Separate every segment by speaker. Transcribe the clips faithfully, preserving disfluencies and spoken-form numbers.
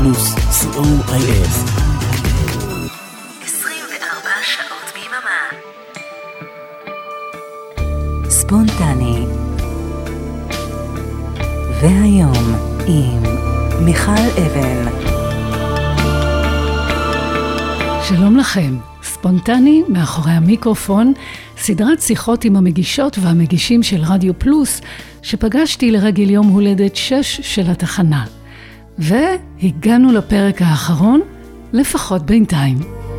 Speaker 1: פלוס, סי או איי אס.
Speaker 2: עשרים וארבע שעות ביממה.
Speaker 3: ספונטני. והיום עם מיכל אבן.
Speaker 4: שלום לכם, ספונטני מאחורי המיקרופון, סדרת שיחות עם המגישות והמגישים של רדיו פלוס, שפגשתי לרגל יום הולדת שש של התחנה. והגענו לפרק האחרון, לפחות בינתיים.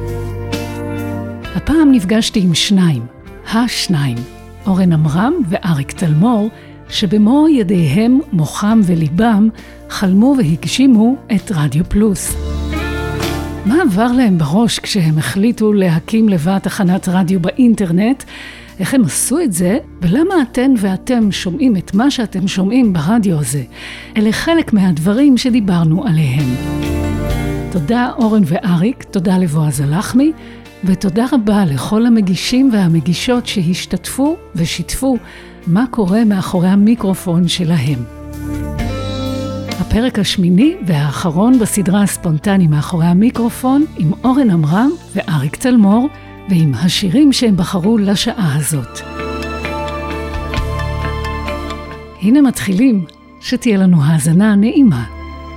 Speaker 4: הפעם נפגשתי עם שניים, השניים, אורן עמרם ואריק תלמור, שבמו ידיהם, מוחם וליבם, חלמו והגשימו את רדיו פלוס. מה עבר להם בראש כשהם החליטו להקים לבד תחנת רדיו באינטרנט? איך הם עשו את זה? ולמה אתן ואתם שומעים את מה שאתם שומעים ברדיו הזה? אלה חלק מהדברים שדיברנו עליהם. תודה אורן ואריק, תודה לבועז הלחמי, ותודה רבה לכל המגישים והמגישות שהשתתפו ושיתפו מה קורה מאחורי המיקרופון שלהם. הפרק השמיני והאחרון בסדרה הספונטני מאחורי המיקרופון עם אורן עמרם ואריק תלמור, ועם השירים שהם בחרו לשעה הזאת. הנה מתחילים, שתהיה לנו האזנה נעימה.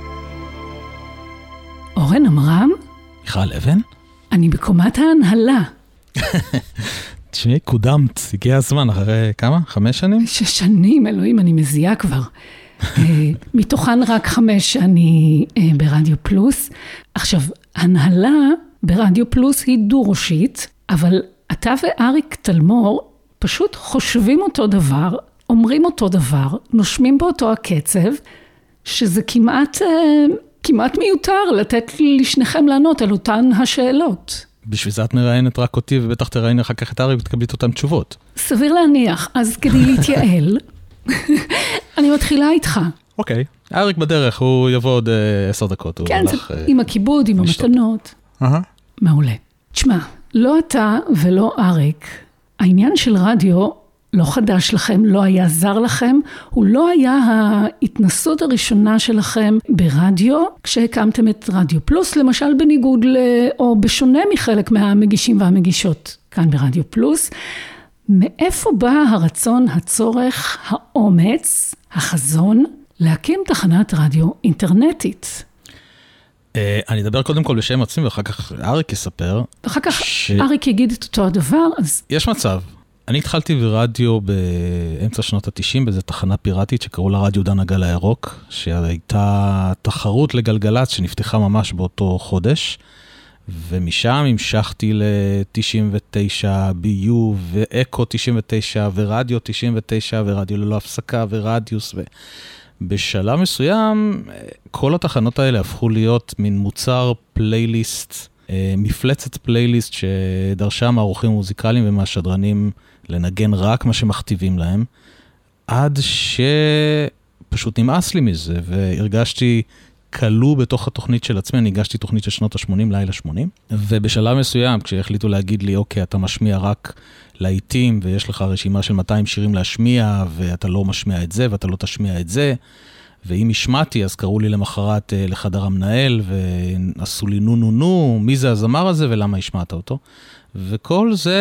Speaker 4: אורן עמרם?
Speaker 5: מיכל אבן?
Speaker 4: אני בקומת ההנהלה.
Speaker 5: תשמעי, קודמת, הגיע הזמן, אחרי כמה? חמש שנים?
Speaker 4: שש שנים, אלוהים, אני מזיעה כבר. מתוכן רק חמש שאני ברדיו פלוס. עכשיו, הנהלה ברדיו פלוס היא דו-ראשית, אבל אתה ואריק תלמור פשוט חושבים אותו דבר, אומרים אותו דבר, נושמים באותו הקצב, שזה כמעט, כמעט מיותר לתת לשניכם לענות על אותן השאלות.
Speaker 5: בשביל זה את מראיינת רק אותי, ובטח תראיין אחר כך את אריק ותקבלי את אותן תשובות.
Speaker 4: סביר להניח, אז כדי להתייעל, אני מתחילה איתך.
Speaker 5: אוקיי, אריק בדרך, הוא יבוא עוד עשר דקות.
Speaker 4: כן, עם הכיבוד, עם המתנות. מעולה. תשמע, לא אתה ולא אריק, העניין של רדיו לא חדש לכם, לא היה זר לכם, הוא לא היה ההתנסות הראשונה שלכם ברדיו, כשהקמתם את רדיו פלוס, למשל בניגוד, ל... או בשונה מחלק מהמגישים והמגישות כאן ברדיו פלוס. מאיפה בא הרצון, הצורך, האומץ, החזון, להקים תחנת רדיו אינטרנטית?
Speaker 5: אני אדבר קודם כל בשם עצמי, ואחר כך אריק יספר.
Speaker 4: ואחר כך אריק יגיד את אותו הדבר, אז...
Speaker 5: יש מצב. אני התחלתי ברדיו באמצע שנות ה-תשעים, באיזו תחנה פיראטית שקראו לה רדיו דן הגל הירוק, שהייתה תחרות לגלגלץ שנפתחה ממש באותו חודש, ומשם המשכתי ל-תשעים ותשע בי יו ואקו תשעים ותשע ורדיו תשעים ותשע ורדיו ללא הפסקה ורדיוס, ובשלב מסוים כל התחנות האלה הפכו להיות מין מוצר פלייליסט, מפלצת פלייליסט שדרשה מהעורכים המוזיקליים ומהשדרנים לנגן רק מה שמכתיבים להם, עד שפשוט נמאס לי מזה והרגשתי קלו בתוך התוכנית של עצמי. אני הגשתי תוכנית של שנות ה-שמונים, לילה שמונים, ובשלב מסוים, כשהחליטו להגיד לי, אוקיי, אתה משמיע רק לעיתים, ויש לך רשימה של מאתיים שירים להשמיע, ואתה לא משמיע את זה, ואתה לא תשמיע את זה, ואם השמעתי, אז קראו לי למחרת לחדר המנהל, ועשו לי נו נו נו, מי זה הזמר הזה, ולמה השמעת אותו. וכל זה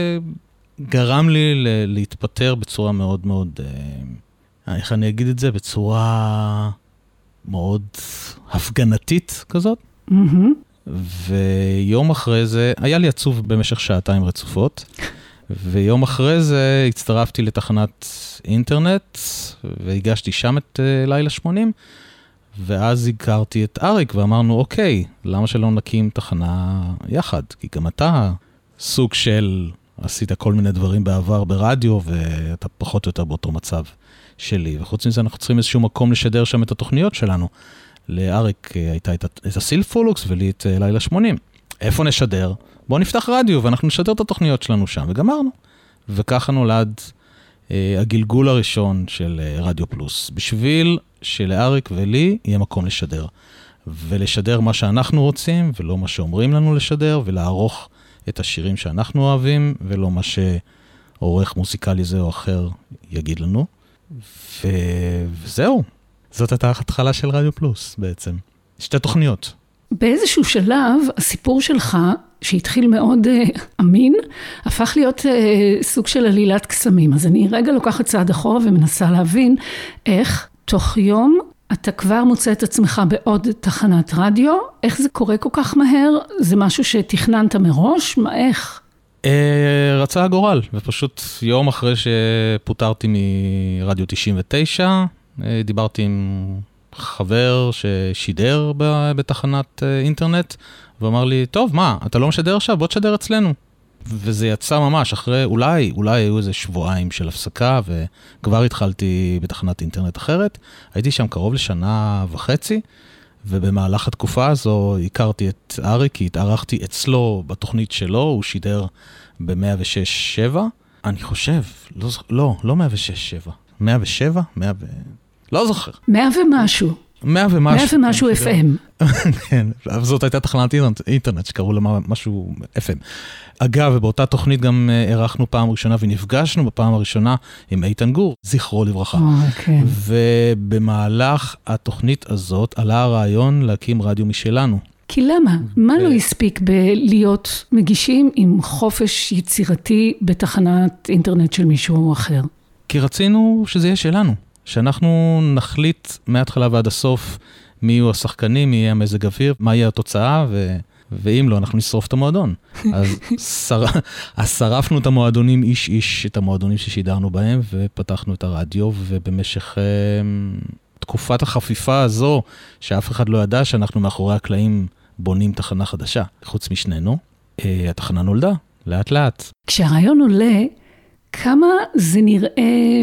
Speaker 5: גרם לי להתפטר בצורה מאוד מאוד, איך אני אגיד את זה, בצורה מאוד הפגנתית כזאת. Mm-hmm. ויום אחרי זה, היה לי עצוב במשך שעתיים רצופות, ויום אחרי זה הצטרפתי לתחנת אינטרנט, והגשתי שם את uh, לילה שמונים, ואז הכרתי את אריק, ואמרנו, אוקיי, למה שלא נקים תחנה יחד? כי גם אתה סוג של, עשית כל מיני דברים בעבר ברדיו, ואתה פחות או יותר באותו מצב שלי, וחוץ מזה אנחנו צריכים איזשהו מקום לשדר שם את התוכניות שלנו. לאריק הייתה את, את הסילפולוקס, ולי את uh, לילה שמונים. איפה נשדר? בואו נפתח רדיו, ואנחנו נשדר את התוכניות שלנו שם, וגמרנו. וככה נולד אה, הגלגול הראשון של אה, רדיו פלוס, בשביל שלאריק ולי יהיה מקום לשדר. ולשדר מה שאנחנו רוצים, ולא מה שאומרים לנו לשדר, ולערוך את השירים שאנחנו אוהבים, ולא מה שעורך מוזיקלי זה או אחר יגיד לנו. ו... וזהו. זאת הייתה ההתחלה של רדיו פלוס בעצם. שתי תוכניות.
Speaker 4: באיזשהו שלב, הסיפור שלך, שהתחיל מאוד uh, אמין, הפך להיות uh, סוג של עלילת קסמים. אז אני רגע לוקחת צעד אחורה ומנסה להבין איך תוך יום אתה כבר מוצא את עצמך בעוד תחנת רדיו. איך זה קורה כל כך מהר? זה משהו שתכננת מראש? מה, איך?
Speaker 5: רצה הגורל, ופשוט יום אחרי שפוטרתי מרדיו תשעים ותשע, דיברתי עם חבר ששידר בתחנת אינטרנט, ואמר לי, טוב, מה, אתה לא משדר עכשיו? בוא תשדר אצלנו. וזה יצא ממש אחרי, אולי, אולי היו איזה שבועיים של הפסקה, וכבר התחלתי בתחנת אינטרנט אחרת. הייתי שם קרוב לשנה וחצי, ובמהלך התקופה הזו הכרתי את אריק, כי התארחתי אצלו בתוכנית שלו, הוא שידר ב-מאה ושש שבע. אני חושב, לא, לא, לא מאה ושש שבע, מאה ושבע, מאה ו... לא זוכר.
Speaker 4: מאה ומשהו.
Speaker 5: מאה ומשהו.
Speaker 4: מאה ומשהו אף אם.
Speaker 5: כן, אבל זאת הייתה תחנת אינטרנט שקראו לה משהו אף אם. אגב, ובאותה תוכנית גם ערכנו פעם ראשונה ונפגשנו בפעם הראשונה עם איתן גור, זכרו לברכה.
Speaker 4: כן.
Speaker 5: ובמהלך התוכנית הזאת עלה הרעיון להקים רדיו משלנו.
Speaker 4: כי למה? מה לא הספיק בלהיות מגישים עם חופש יצירתי בתחנת אינטרנט של מישהו אחר?
Speaker 5: כי רצינו שזה יהיה שלנו. שאנחנו נחליט מההתחלה ועד הסוף מי יהיו השחקנים, מי יהיה המזג אוויר, מה יהיה התוצאה, ו... ואם לא, אנחנו נשרוף את המועדון. אז שר... אז שרפנו את המועדונים איש איש, את המועדונים ששידרנו בהם, ופתחנו את הרדיו, ובמשך אה, תקופת החפיפה הזו, שאף אחד לא ידע שאנחנו מאחורי הקלעים בונים תחנה חדשה. חוץ משנינו, אה, התחנה נולדה, לאט לאט.
Speaker 4: כשהרעיון עולה, כמה זה נראה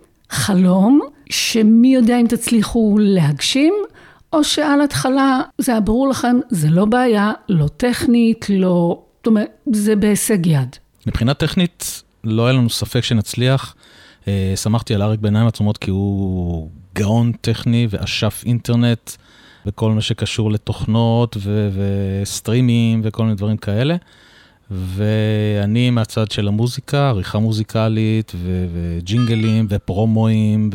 Speaker 4: חלום, שמי יודע אם תצליחו להגשים, או שעל התחלה זה היה ברור לכם, זה לא בעיה, לא טכנית, לא... זאת אומרת, זה בהישג יד.
Speaker 5: מבחינה טכנית, לא היה לנו ספק שנצליח. שמחתי על אריק בעיניים עצומות, כי הוא גאון טכני ואשף אינטרנט, וכל מה שקשור לתוכנות ו- וסטרימים וכל מיני דברים כאלה. ואני מהצד של המוזיקה, עריכה מוזיקלית ו- וג'ינגלים ופרומואים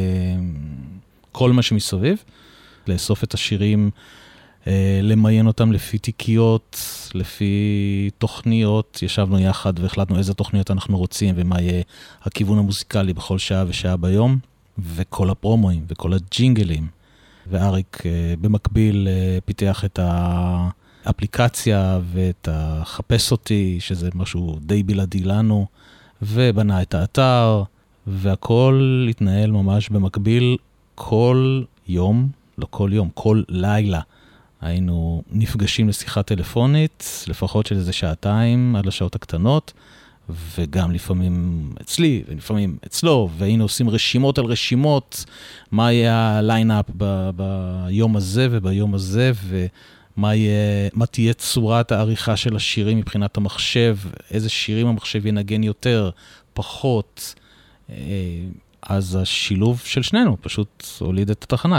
Speaker 5: וכל מה שמסביב. לאסוף את השירים, למיין אותם לפי תיקיות, לפי תוכניות. ישבנו יחד והחלטנו איזה תוכניות אנחנו רוצים ומה יהיה הכיוון המוזיקלי בכל שעה ושעה ביום. וכל הפרומואים וכל הג'ינגלים. ואריק במקביל פיתח את האפליקציה ואת החפש אותי, שזה משהו די בלעדי לנו, ובנה את האתר, והכל התנהל ממש במקביל כל יום, לא כל יום, כל לילה. היינו נפגשים לשיחה טלפונית, לפחות של איזה שעתיים עד לשעות הקטנות, וגם לפעמים אצלי, ולפעמים אצלו, והיינו עושים רשימות על רשימות, מה יהיה הליינאפ ב- ביום הזה וביום הזה, ומה יהיה, מה תהיה צורת העריכה של השירים מבחינת המחשב, איזה שירים המחשב ינגן יותר, פחות. אז השילוב של שנינו פשוט הוליד את התחנה.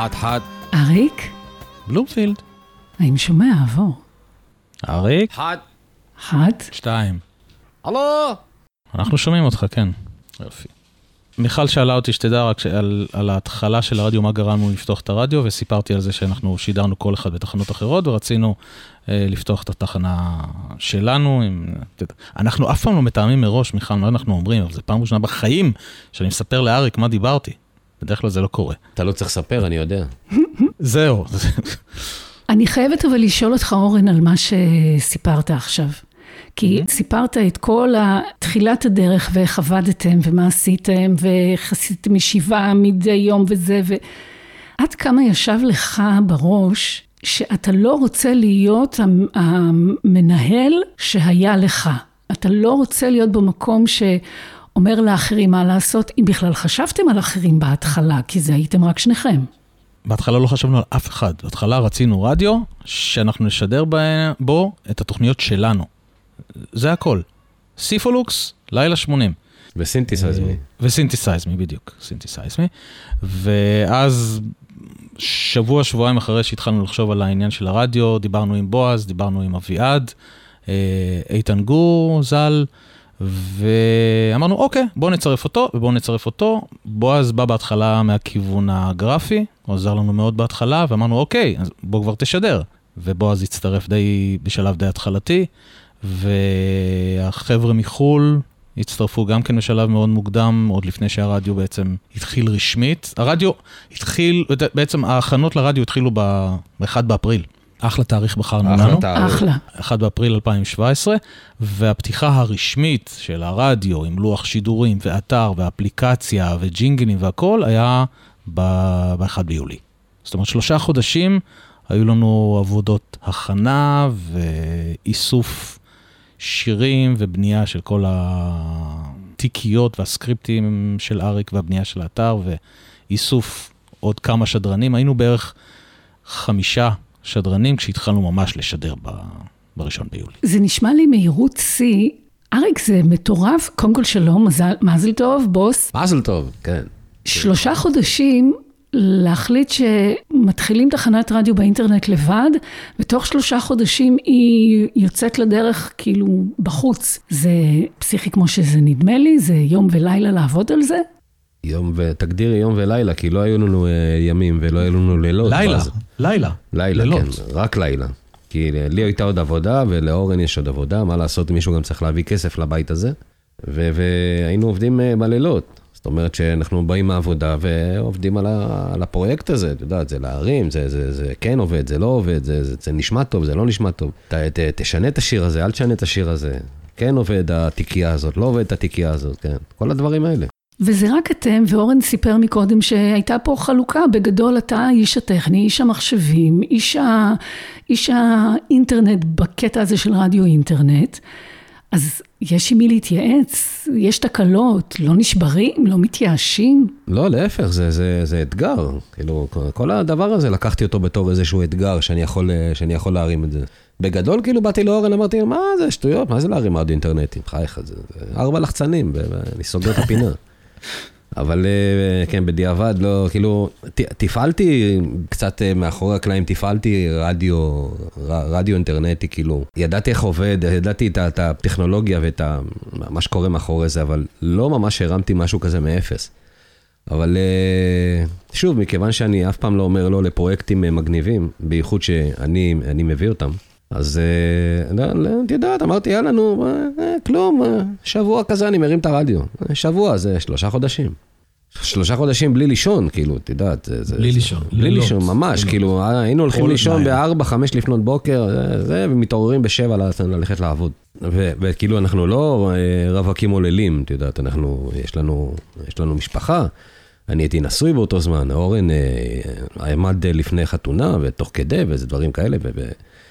Speaker 6: חד חד.
Speaker 4: אריק?
Speaker 5: בלומפילד.
Speaker 4: האם שומע עבור?
Speaker 5: אריק?
Speaker 6: חד.
Speaker 4: חד?
Speaker 5: שתיים.
Speaker 6: הלו?
Speaker 5: אנחנו שומעים אותך, כן. יופי. מיכל שאלה אותי שתדע רק על, על ההתחלה של הרדיו, מה גרמנו לפתוח את הרדיו, וסיפרתי על זה שאנחנו שידרנו כל אחד בתחנות אחרות, ורצינו אה, לפתוח את התחנה שלנו. עם, תדע, אנחנו אף פעם לא מתאמים מראש, מיכל, מה אנחנו אומרים, אבל זה פעם ראשונה בחיים שאני מספר לאריק מה דיברתי. בדרך כלל זה לא קורה.
Speaker 6: אתה לא צריך לספר, אני יודע.
Speaker 5: זהו.
Speaker 4: אני חייבת אבל לשאול אותך, אורן, על מה שסיפרת עכשיו. כי סיפרת את כל תחילת הדרך ואיך עבדתם ומה עשיתם ואיך עשיתם ישיבה מדי יום וזה, ועד כמה ישב לך בראש שאתה לא רוצה להיות המנהל שהיה לך. אתה לא רוצה להיות במקום שאומר לאחרים מה לעשות, אם בכלל חשבתם על אחרים בהתחלה, כי זה הייתם רק שניכם.
Speaker 5: בהתחלה לא חשבנו על אף אחד. בהתחלה רצינו רדיו שאנחנו נשדר בו את התוכניות שלנו. זה הכל. סיפולוקס, לילה שמונים.
Speaker 6: וסינתסייזמי.
Speaker 5: וסינתסייזמי, בדיוק. סינתסייזמי. ואז שבוע, שבועיים אחרי שהתחלנו לחשוב על העניין של הרדיו, דיברנו עם בועז, דיברנו עם אביעד, איתן גור, זל, ואמרנו, אוקיי, בואו נצרף אותו, ובואו נצרף אותו. בועז בא בהתחלה מהכיוון הגרפי, הוא עזר לנו מאוד בהתחלה, ואמרנו, אוקיי, אז בואו כבר תשדר. ובועז הצטרף די, בשלב די התחלתי, והחבר'ה מחול הצטרפו גם כן בשלב מאוד מוקדם, עוד לפני שהרדיו בעצם התחיל רשמית. הרדיו התחיל, בעצם ההכנות לרדיו התחילו ב-אחד באפריל. אחלה תאריך בחרנו לנו.
Speaker 4: אחלה.
Speaker 5: אחד באפריל אלפיים שבע עשרה, והפתיחה הרשמית של הרדיו עם לוח שידורים ואתר ואפליקציה וג'ינגלים והכל היה ב-אחד ביולי. זאת אומרת, שלושה חודשים היו לנו עבודות הכנה ואיסוף שירים ובנייה של כל התיקיות והסקריפטים של אריק והבנייה של האתר ואיסוף עוד כמה שדרנים. היינו בערך חמישה שדרנים כשהתחלנו ממש לשדר בראשון ביולי.
Speaker 4: זה נשמע לי מהירות שיא. אריק, זה מטורף. קודם כל שלום, מזל, מזל טוב, בוס.
Speaker 6: מזל טוב, כן.
Speaker 4: שלושה חודשים להחליט שמתחילים תחנת רדיו באינטרנט לבד, ותוך שלושה חודשים היא יוצאת לדרך כאילו בחוץ. זה פסיכי כמו שזה נדמה לי, זה יום ולילה לעבוד על זה?
Speaker 6: יום ותגדירי יום ולילה, כי לא היו לנו ימים ולא היו לנו לילות.
Speaker 5: לילה,
Speaker 6: ואז...
Speaker 5: לילה.
Speaker 6: לילה, לילות. כן, רק לילה. כי לי הייתה עוד עבודה, ולאורן יש עוד עבודה, מה לעשות אם מישהו גם צריך להביא כסף לבית הזה, ו- והיינו עובדים בלילות. זאת אומרת שאנחנו באים מהעבודה ועובדים על, ה- על הפרויקט הזה, אתה יודע, זה להרים, זה, זה, זה כן עובד, זה לא עובד, זה, זה, זה נשמע טוב, זה לא נשמע טוב. ת, ת, תשנה את השיר הזה, אל תשנה את השיר הזה. כן עובד התיקייה הזאת, לא עובד את התיקייה הזאת, כן. כל הדברים האלה.
Speaker 4: וזה רק אתם, ואורן סיפר מקודם שהייתה פה חלוקה, בגדול אתה איש הטכני, איש המחשבים, איש, ה... איש האינטרנט בקטע הזה של רדיו אינטרנט, אז יש עם מי להתייעץ, יש תקלות, לא נשברים, לא מתייאשים?
Speaker 6: לא, להפך, זה, זה, זה אתגר. כאילו, כל הדבר הזה, לקחתי אותו בתור איזשהו אתגר שאני יכול, שאני יכול להרים את זה. בגדול, כאילו, באתי לאורן, אמרתי, מה זה, שטויות, מה זה להרים רדיו אינטרנטי? חייך, זה, זה ארבע לחצנים, ואני סוגר את הפינה. אבל כן, בדיעבד, לא, כאילו, תפעלתי קצת מאחורי הקלעים, תפעלתי רדיו, רדיו אינטרנטי, כאילו, ידעתי איך עובד, ידעתי את הטכנולוגיה ואת מה שקורה מאחורי זה, אבל לא ממש הרמתי משהו כזה מאפס. אבל שוב, מכיוון שאני אף פעם לא אומר לא לפרויקטים מגניבים, בייחוד שאני אני מביא אותם, אז אתה יודעת, אמרתי, יאללה, נו, כלום, שבוע כזה אני מרים את הרדיו. שבוע, זה שלושה חודשים. שלושה חודשים בלי לישון, כאילו, אתה יודעת.
Speaker 5: בלי לישון.
Speaker 6: בלי לישון, ממש, כאילו, היינו הולכים לישון בארבע, חמש לפנות בוקר, ומתעוררים בשבע ללכת לעבוד. וכאילו, אנחנו לא רווקים עוללים, אתה יודעת, אנחנו, יש לנו, יש לנו משפחה. אני הייתי נשוי באותו זמן, אורן עמד לפני חתונה, ותוך כדי, וזה דברים כאלה, ו...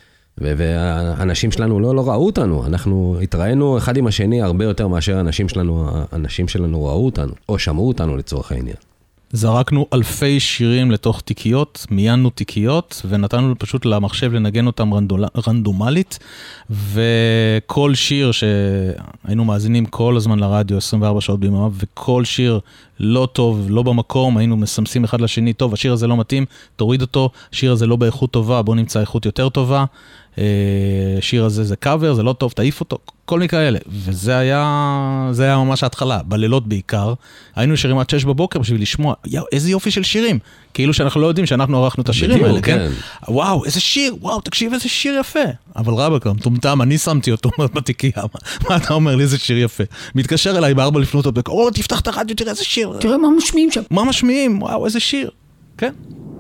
Speaker 6: והאנשים שלנו לא, לא ראו אותנו, אנחנו התראינו אחד עם השני הרבה יותר מאשר האנשים שלנו, האנשים שלנו ראו אותנו, או שמעו אותנו לצורך העניין.
Speaker 5: זרקנו אלפי שירים לתוך תיקיות, מיינו תיקיות, ונתנו פשוט למחשב לנגן אותם רנדול, רנדומלית, וכל שיר שהיינו מאזינים כל הזמן לרדיו, עשרים וארבע שעות ביממה, וכל שיר לא טוב, לא במקום, היינו מסמסים אחד לשני, טוב, השיר הזה לא מתאים, תוריד אותו, השיר הזה לא באיכות טובה, בוא נמצא איכות יותר טובה, השיר הזה זה קאבר, זה לא טוב, תעיף אותו, כל מיני כאלה, וזה היה, זה היה ממש ההתחלה, בלילות בעיקר, היינו שירים עד שש בבוקר בשביל לשמוע, יאו, איזה יופי של שירים, כאילו שאנחנו לא יודעים שאנחנו ערכנו את השירים האלה, כן? וואו, איזה שיר, וואו, תקשיב, איזה שיר יפה, אבל רבקה, מטומטם, אני שמתי אותו בתיקייה, מה אתה אומר לי, איזה שיר יפה, מתקשר אליי בארבע לפנות עוד, או, תפתח את הרדיו, תראה איזה שיר,
Speaker 4: תראה מה משמיעים שם,
Speaker 5: מה משמיעים, וואו, איזה שיר, כן?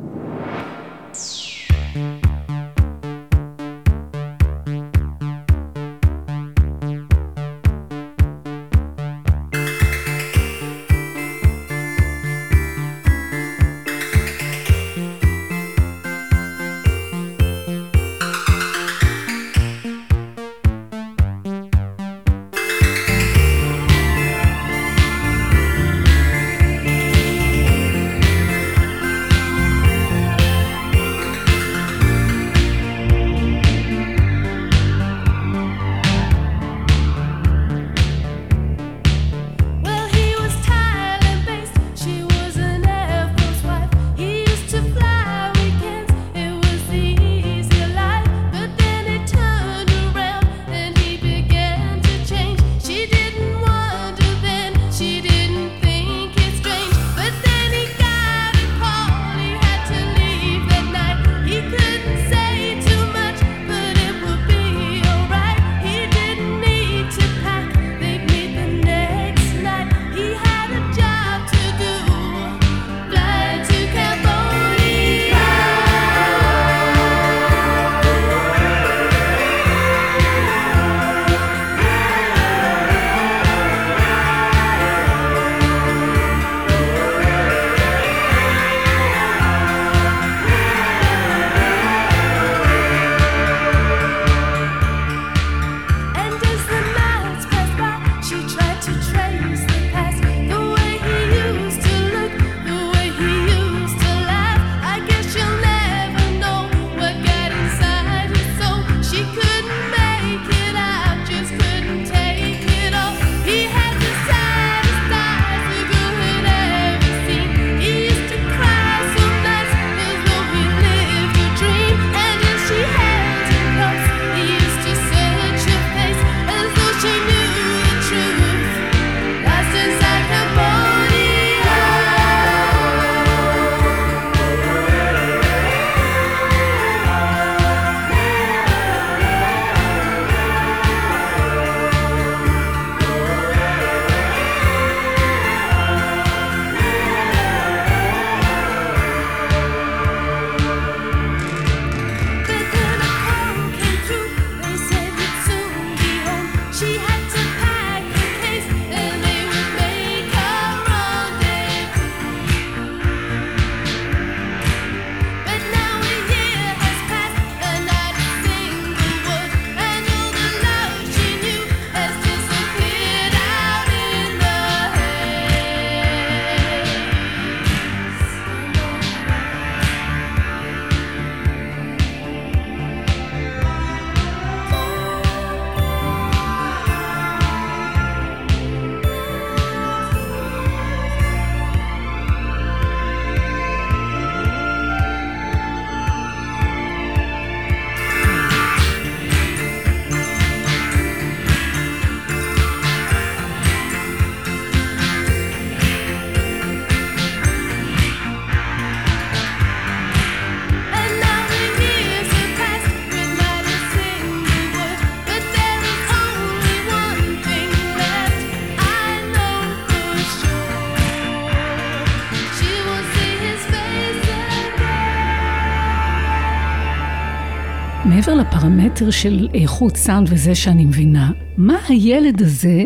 Speaker 4: מעבר לפרמטר של איכות סאונד וזה שאני מבינה, מה הילד הזה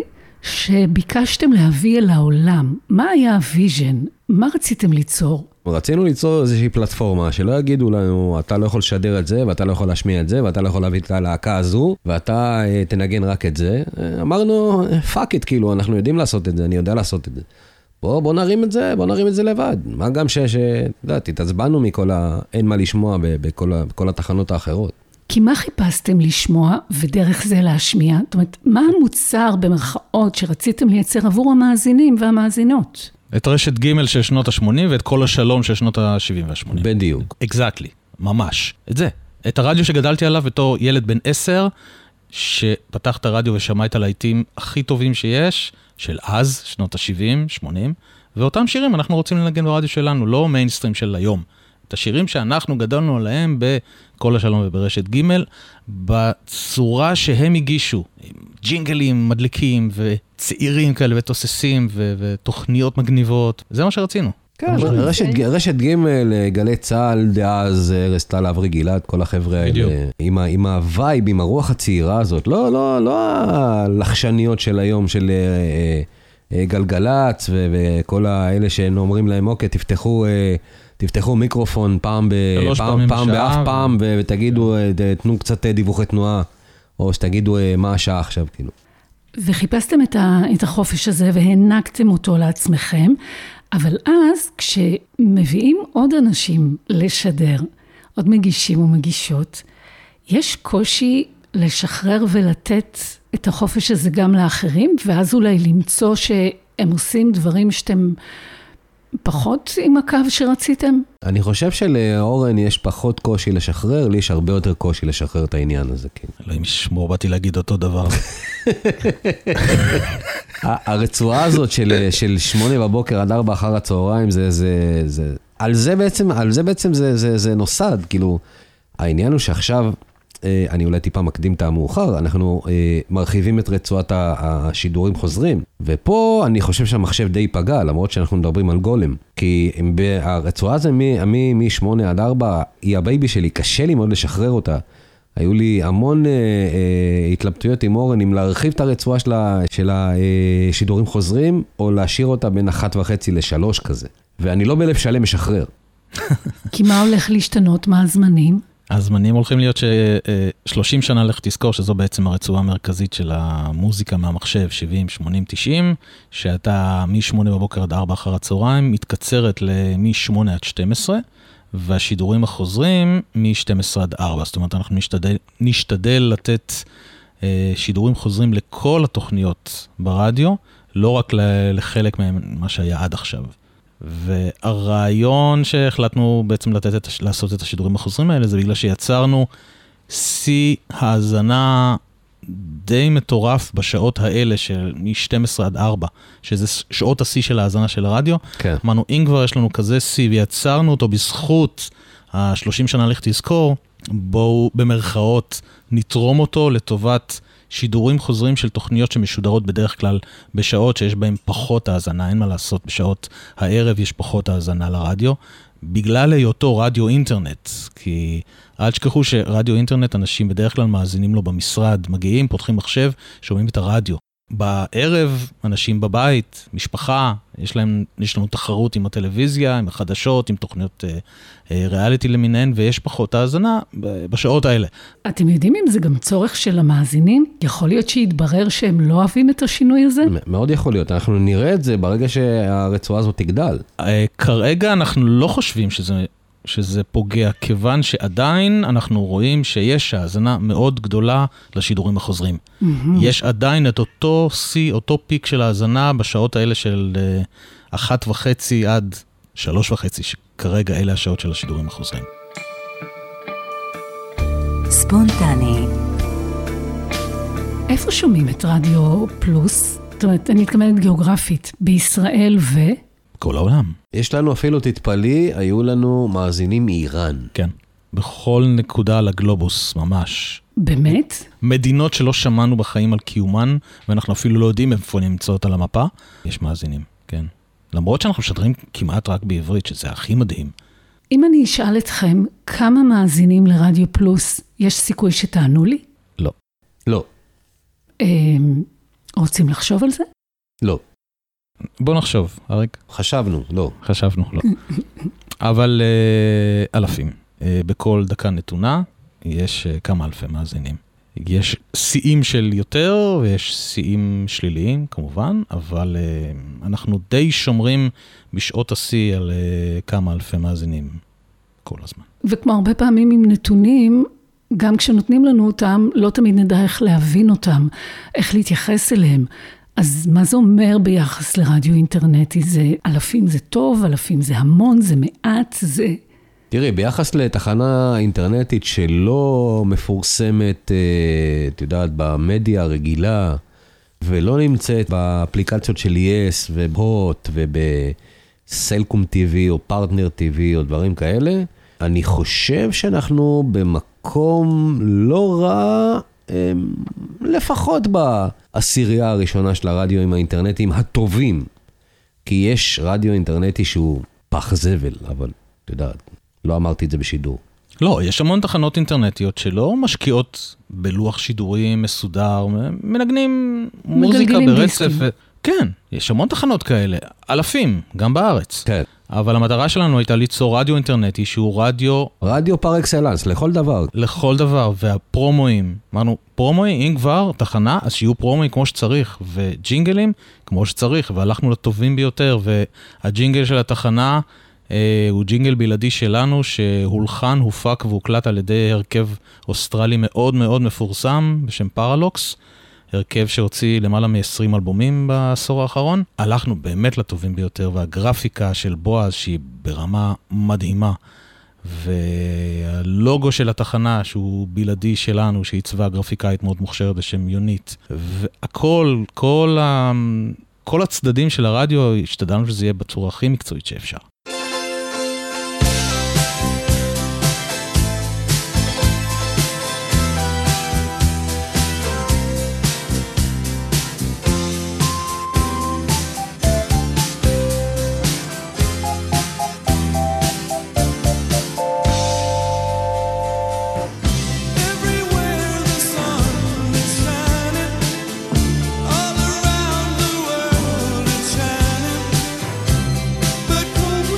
Speaker 4: שביקשתם להביא אל העולם? מה היה הוויז'ן? מה רציתם ליצור?
Speaker 6: רצינו ליצור איזושהי פלטפורמה שלא יגידו לנו, אתה לא יכול לשדר את זה, ואתה לא יכול להשמיע את זה, ואתה לא יכול להביא את הלהקה הזו, ואתה תנגן רק את זה. אמרנו, פאק איט, כאילו, אנחנו יודעים לעשות את זה, אני יודע לעשות את זה. בוא, בוא נרים את זה, בוא נרים את זה לבד. מה גם ש... ש... לא, תתעצבנו מכל ה... אין מה לשמוע ב... בכל, ה... בכל התחנות האחרות.
Speaker 4: כי מה חיפשתם לשמוע ודרך זה להשמיע? זאת אומרת, מה המוצר במרכאות שרציתם לייצר עבור המאזינים והמאזינות?
Speaker 5: את רשת ג' של שנות ה-שמונים ואת כל השלום של שנות ה-שבעים וה-שמונים.
Speaker 6: בדיוק.
Speaker 5: Exactly, ממש. את זה. את הרדיו שגדלתי עליו בתור ילד בן עשר, שפתח את הרדיו ושמע את הלהיטים הכי טובים שיש, של אז, שנות ה-שבעים, שמונים, ואותם שירים אנחנו רוצים לנגן ברדיו שלנו, לא מיינסטרים של היום. את השירים שאנחנו גדלנו עליהם בכל השלום וברשת ג' בצורה שהם הגישו, ג'ינגלים מדליקים וצעירים כאלה ותוססים ו- ותוכניות מגניבות, זה מה שרצינו.
Speaker 6: כן, רשת, רשת ג' גלי צהל, דאז, ארז טל, אברי גלעד, כל החבר'ה האלה, עם, עם הווייב, עם הרוח הצעירה הזאת, לא, לא, לא הלחשניות של היום, של אה, אה, גלגלץ ו- וכל האלה שאומרים להם, אוקיי, תפתחו... אה, תפתחו מיקרופון פעם, ב, פעם, פעם באף פעם, ו... ותגידו, תנו קצת דיווחי תנועה, או שתגידו מה השעה עכשיו, כאילו.
Speaker 4: וחיפשתם את, ה, את החופש הזה, והענקתם אותו לעצמכם, אבל אז, כשמביאים עוד אנשים לשדר, עוד מגישים ומגישות, יש קושי לשחרר ולתת את החופש הזה גם לאחרים, ואז אולי למצוא שהם עושים דברים שאתם... פחות עם הקו שרציתם?
Speaker 6: אני חושב שלאורן יש פחות קושי לשחרר, לי יש הרבה יותר קושי לשחרר את העניין הזה.
Speaker 5: אלוהים ישמור, באתי להגיד אותו דבר.
Speaker 6: הרצועה הזאת של שמונה בבוקר עד ארבע אחר הצהריים, על זה בעצם, על זה בעצם זה נוסד, כאילו, העניין הוא שעכשיו, אני אולי טיפה מקדים את המאוחר, אנחנו מרחיבים את רצועת השידורים חוזרים, ופה אני חושב שהמחשב די פגע, למרות שאנחנו מדברים על גולם, כי הרצועה הזה מ-שמונה עד ארבע, היא הבייבי שלי, קשה לי מאוד לשחרר אותה, היו לי המון התלבטויות עם אורן, אם להרחיב את הרצועה של השידורים חוזרים, או להשאיר אותה בין אחת וחצי לשלוש כזה, ואני לא בלב שלם משחרר.
Speaker 4: כי מה הולך להשתנות? מה הזמנים?
Speaker 5: הזמנים הולכים להיות ש-שלושים שנה לך תזכור שזו בעצם הרצועה המרכזית של המוזיקה מהמחשב, שבעים, שמונים, תשעים, שאתה מ-שמונה בבוקר עד ארבע אחר הצהריים, מתקצרת מ-שמונה עד שתים עשרה, והשידורים החוזרים מ-שתים עשרה עד ארבע. זאת אומרת, אנחנו נשתדל, נשתדל לתת שידורים חוזרים לכל התוכניות ברדיו, לא רק לחלק ממה שהיה עד עכשיו. והרעיון שהחלטנו בעצם לתת את, לעשות את השידורים החוזרים האלה, זה בגלל שיצרנו שיא האזנה די מטורף בשעות האלה של מ-שתים עשרה עד ארבע, שזה שעות השיא של האזנה של הרדיו. כן. אמרנו, אם כבר יש לנו כזה שיא, ויצרנו אותו בזכות ה-שלושים שנה לך תזכור, בואו במרכאות נתרום אותו לטובת שידורים חוזרים של תוכניות שמשודרות בדרך כלל בשעות שיש בהן פחות האזנה, אין מה לעשות, בשעות הערב יש פחות האזנה לרדיו, בגלל היותו רדיו אינטרנט, כי אל תשכחו שרדיו אינטרנט אנשים בדרך כלל מאזינים לו במשרד, מגיעים, פותחים מחשב, שומעים את הרדיו. בערב אנשים בבית, משפחה, יש להם, יש לנו תחרות עם הטלוויזיה, עם החדשות, עם תוכניות אה, אה, ריאליטי למיניהן, ויש פחות האזנה בשעות האלה.
Speaker 4: אתם יודעים אם זה גם צורך של המאזינים? יכול להיות שיתברר שהם לא אוהבים את השינוי הזה?
Speaker 6: מאוד יכול להיות, אנחנו נראה את זה ברגע שהרצועה הזאת תגדל.
Speaker 5: אה, כרגע אנחנו לא חושבים שזה... שזה פוגע, כיוון שעדיין אנחנו רואים שיש האזנה מאוד גדולה לשידורים החוזרים. Mm-hmm. יש עדיין את אותו סי, אותו פיק של האזנה בשעות האלה של uh, אחת וחצי עד שלוש וחצי, שכרגע אלה השעות של השידורים החוזרים.
Speaker 3: ספונטני.
Speaker 4: איפה שומעים את רדיו פלוס? זאת אומרת, אני מתכוונת גיאוגרפית, בישראל ו...
Speaker 5: כל העולם.
Speaker 6: יש לנו אפילו, תתפלאי, היו לנו מאזינים מאיראן.
Speaker 5: כן, בכל נקודה על הגלובוס, ממש.
Speaker 4: באמת?
Speaker 5: מדינות שלא שמענו בחיים על קיומן, ואנחנו אפילו לא יודעים איפה נמצאות על המפה, יש מאזינים, כן. למרות שאנחנו שדרים כמעט רק בעברית, שזה הכי מדהים.
Speaker 4: אם אני אשאל אתכם, כמה מאזינים לרדיו פלוס, יש סיכוי שתענו לי?
Speaker 5: לא.
Speaker 6: לא.
Speaker 5: רוצים
Speaker 4: לחשוב על זה?
Speaker 6: לא.
Speaker 5: בוא נחשוב, אריק.
Speaker 6: חשבנו, לא.
Speaker 5: חשבנו, לא. אבל uh, אלפים. Uh, בכל דקה נתונה יש uh, כמה אלפי מאזינים. יש שיאים של יותר, ויש שיאים שליליים, כמובן, אבל uh, אנחנו די שומרים בשעות השיא על uh, כמה אלפי מאזינים כל הזמן.
Speaker 4: וכמו הרבה פעמים עם נתונים, גם כשנותנים לנו אותם, לא תמיד נדע איך להבין אותם, איך להתייחס אליהם. אז מה זה אומר ביחס לרדיו אינטרנטי? זה אלפים זה טוב, אלפים זה המון, זה מעט, זה...
Speaker 6: תראי, ביחס לתחנה אינטרנטית שלא מפורסמת, את יודעת, במדיה הרגילה, ולא נמצאת באפליקציות של יס ובהוט ובסלקום טיווי או פרטנר טיווי או דברים כאלה, אני חושב שאנחנו במקום לא רע, לפחות בעשירייה הראשונה של הרדיו האינטרנטיים הטובים, כי יש רדיו אינטרנטי שהוא פח זבל, אבל את יודעת, לא אמרתי את זה בשידור.
Speaker 5: לא, יש המון תחנות אינטרנטיות שלא משקיעות בלוח שידורים מסודר, מנגנים מוזיקה ברצף. ו... כן, יש המון תחנות כאלה, אלפים, גם בארץ.
Speaker 6: כן.
Speaker 5: אבל המטרה שלנו הייתה ליצור רדיו אינטרנטי שהוא רדיו...
Speaker 6: רדיו פר אקסלנס, לכל דבר.
Speaker 5: לכל דבר, והפרומואים. אמרנו, פרומואים, אם כבר תחנה, אז שיהיו פרומואים כמו שצריך, וג'ינגלים כמו שצריך, והלכנו לטובים ביותר, והג'ינגל של התחנה אה, הוא ג'ינגל בלעדי שלנו, שהולחן, הופק והוקלט על ידי הרכב אוסטרלי מאוד מאוד מפורסם, בשם פרלוקס, הרכב שהוציא למעלה מ-עשרים אלבומים בעשור האחרון. הלכנו באמת לטובים ביותר, והגרפיקה של בועז שהיא ברמה מדהימה, והלוגו של התחנה שהוא בלעדי שלנו, שהיא צבא גרפיקאית מאוד מוכשרת בשם יונית, והכל, כל, ה... כל הצדדים של הרדיו, השתדלנו שזה יהיה בצורה הכי מקצועית שאפשר.
Speaker 7: All around the world it's shining, but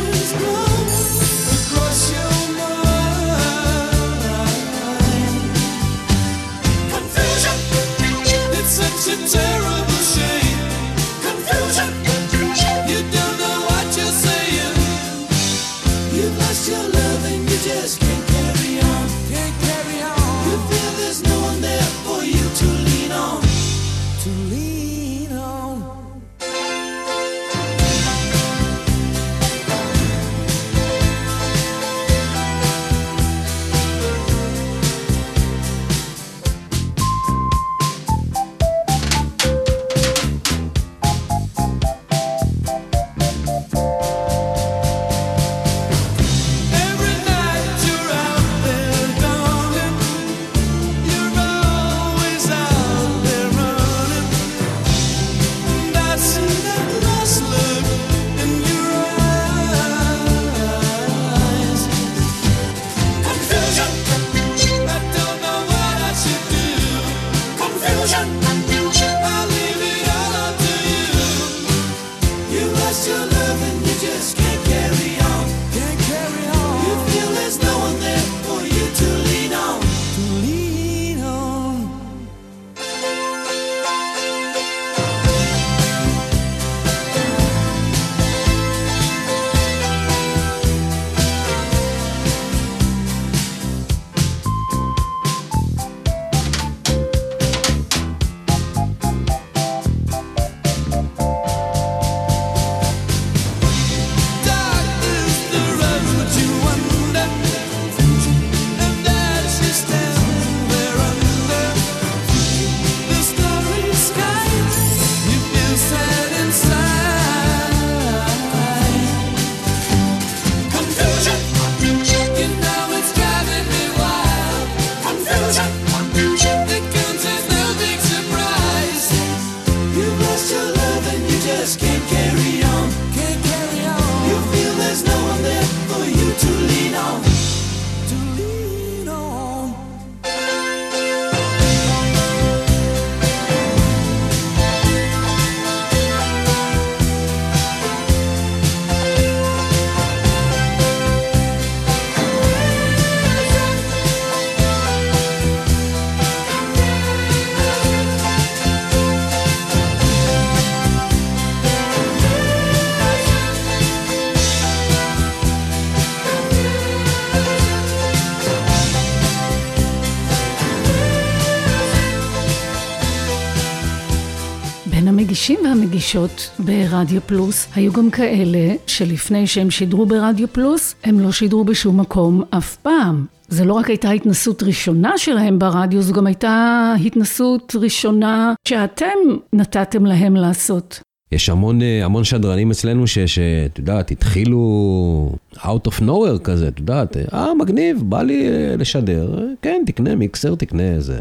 Speaker 4: המגישים והמגישות ברדיו פלוס היו גם כאלה שלפני שהם שידרו ברדיו פלוס, הם לא שידרו בשום מקום אף פעם. זה לא רק הייתה התנסות ראשונה שלהם ברדיו, זו גם הייתה התנסות ראשונה שאתם נתתם להם לעשות.
Speaker 6: יש המון, המון שדרנים אצלנו שאת יודעת, התחילו out of nowhere כזה, את יודעת, אה, מגניב, בא לי לשדר, כן, תקנה מיקסר, תקנה זה,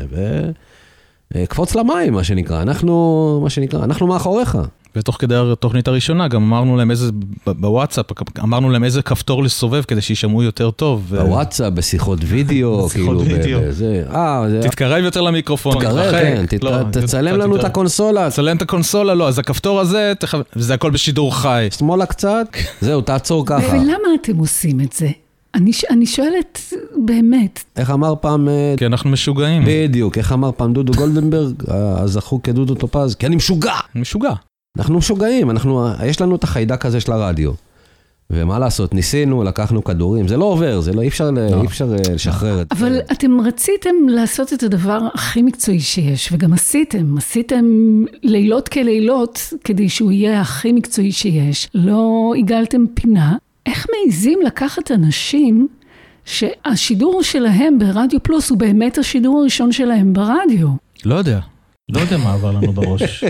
Speaker 6: וקפוץ למים, מה שנקרא, אנחנו, מה שנקרא, אנחנו מאחוריך.
Speaker 5: ותוך כדי התוכנית הראשונה, גם אמרנו להם איזה, בוואטסאפ, אמרנו להם איזה כפתור לסובב, כדי שישמעו יותר טוב.
Speaker 6: בוואטסאפ, בשיחות וידאו, כאילו, בזה.
Speaker 5: תתקרב יותר למיקרופון.
Speaker 6: תתקרב, כן, תצלם לנו את הקונסולה.
Speaker 5: תצלם את הקונסולה, לא, אז הכפתור הזה, זה הכל בשידור חי.
Speaker 6: שמאלה קצת, זהו, תעצור ככה.
Speaker 4: ולמה אתם עושים את זה? אני, ש... אני שואלת באמת.
Speaker 6: איך אמר פעם...
Speaker 5: כי אנחנו משוגעים.
Speaker 6: בדיוק, איך אמר פעם דודו גולדנברג, הזכו כדודו טופז, כי אני משוגע.
Speaker 5: משוגע.
Speaker 6: אנחנו משוגעים, אנחנו, יש לנו את החיידק הזה של הרדיו. ומה לעשות, ניסינו, לקחנו כדורים, זה לא עובר, זה לא, אי אפשר, לא. אי אפשר לשחרר את זה.
Speaker 4: אבל אתם רציתם לעשות את הדבר הכי מקצועי שיש, וגם עשיתם, עשיתם לילות כלילות, כדי שהוא יהיה הכי מקצועי שיש. לא הגלתם פינה. איך מעיזים לקחת אנשים שהשידור שלהם ברדיו פלוס הוא באמת השידור הראשון שלהם ברדיו?
Speaker 5: לא יודע. לא יודע מה עבר לנו בראש.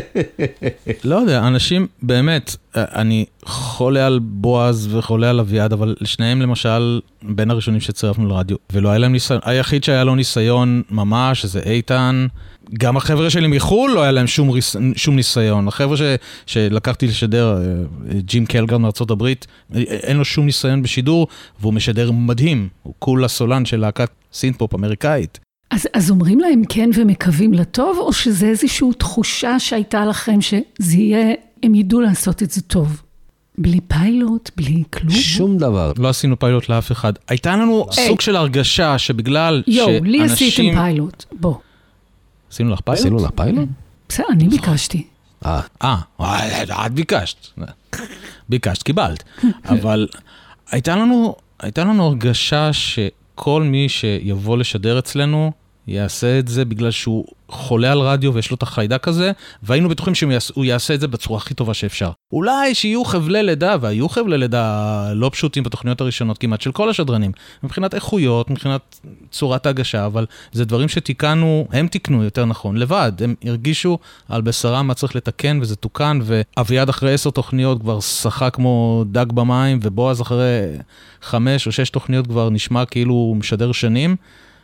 Speaker 5: לא יודע, אנשים, באמת, אני חולה על בועז וחולה על אביעד, אבל שניהם למשל בין הראשונים שצירפנו לרדיו, ולא היה להם ניסיון, היחיד שהיה לו ניסיון ממש, זה איתן, גם החבר'ה שלי מחול לא היה להם שום, שום ניסיון, החבר'ה ש, שלקחתי לשדר, ג'ים קלגר מארצות הברית, אין לו שום ניסיון בשידור, והוא משדר מדהים, הוא כולה סולן של להקת סינט-פופ אמריקאית.
Speaker 4: אז, אז אומרים להם כן ומקווים לטוב, או שזה איזושהי תחושה שהייתה לכם שזה יהיה, הם ידעו לעשות את זה טוב? בלי פיילוט, בלי כלום?
Speaker 6: שום דבר.
Speaker 5: לא עשינו פיילוט לאף אחד. הייתה לנו
Speaker 4: היי.
Speaker 5: סוג של הרגשה שבגלל
Speaker 4: יו,
Speaker 5: שאנשים...
Speaker 4: לי עשיתם פיילוט, בוא.
Speaker 5: עשינו לך פיילוט?
Speaker 6: עשינו לך פיילוט?
Speaker 4: בסדר, אני ביקשתי.
Speaker 6: אה.
Speaker 5: אה, את ביקשת. ביקשת, קיבלת. אבל הייתה לנו, הייתה לנו הרגשה שכל מי שיבוא לשדר אצלנו, יעשה את זה בגלל שהוא חולה על רדיו ויש לו את החיידק הזה, והיינו בטוחים שהוא יעשה את זה בצורה הכי טובה שאפשר. אולי שיהיו חבלי לידה, והיו חבלי לידה לא פשוטים בתוכניות הראשונות כמעט של כל השדרנים, מבחינת איכויות, מבחינת צורת ההגשה, אבל זה דברים שתיקנו, הם תיקנו יותר נכון, לבד, הם הרגישו על בשרם מה צריך לתקן וזה תוקן, ואביעד אחרי עשר תוכניות כבר שחה כמו דג במים, ובועז אחרי חמש או שש תוכניות כבר נשמע כאילו הוא משדר שנים,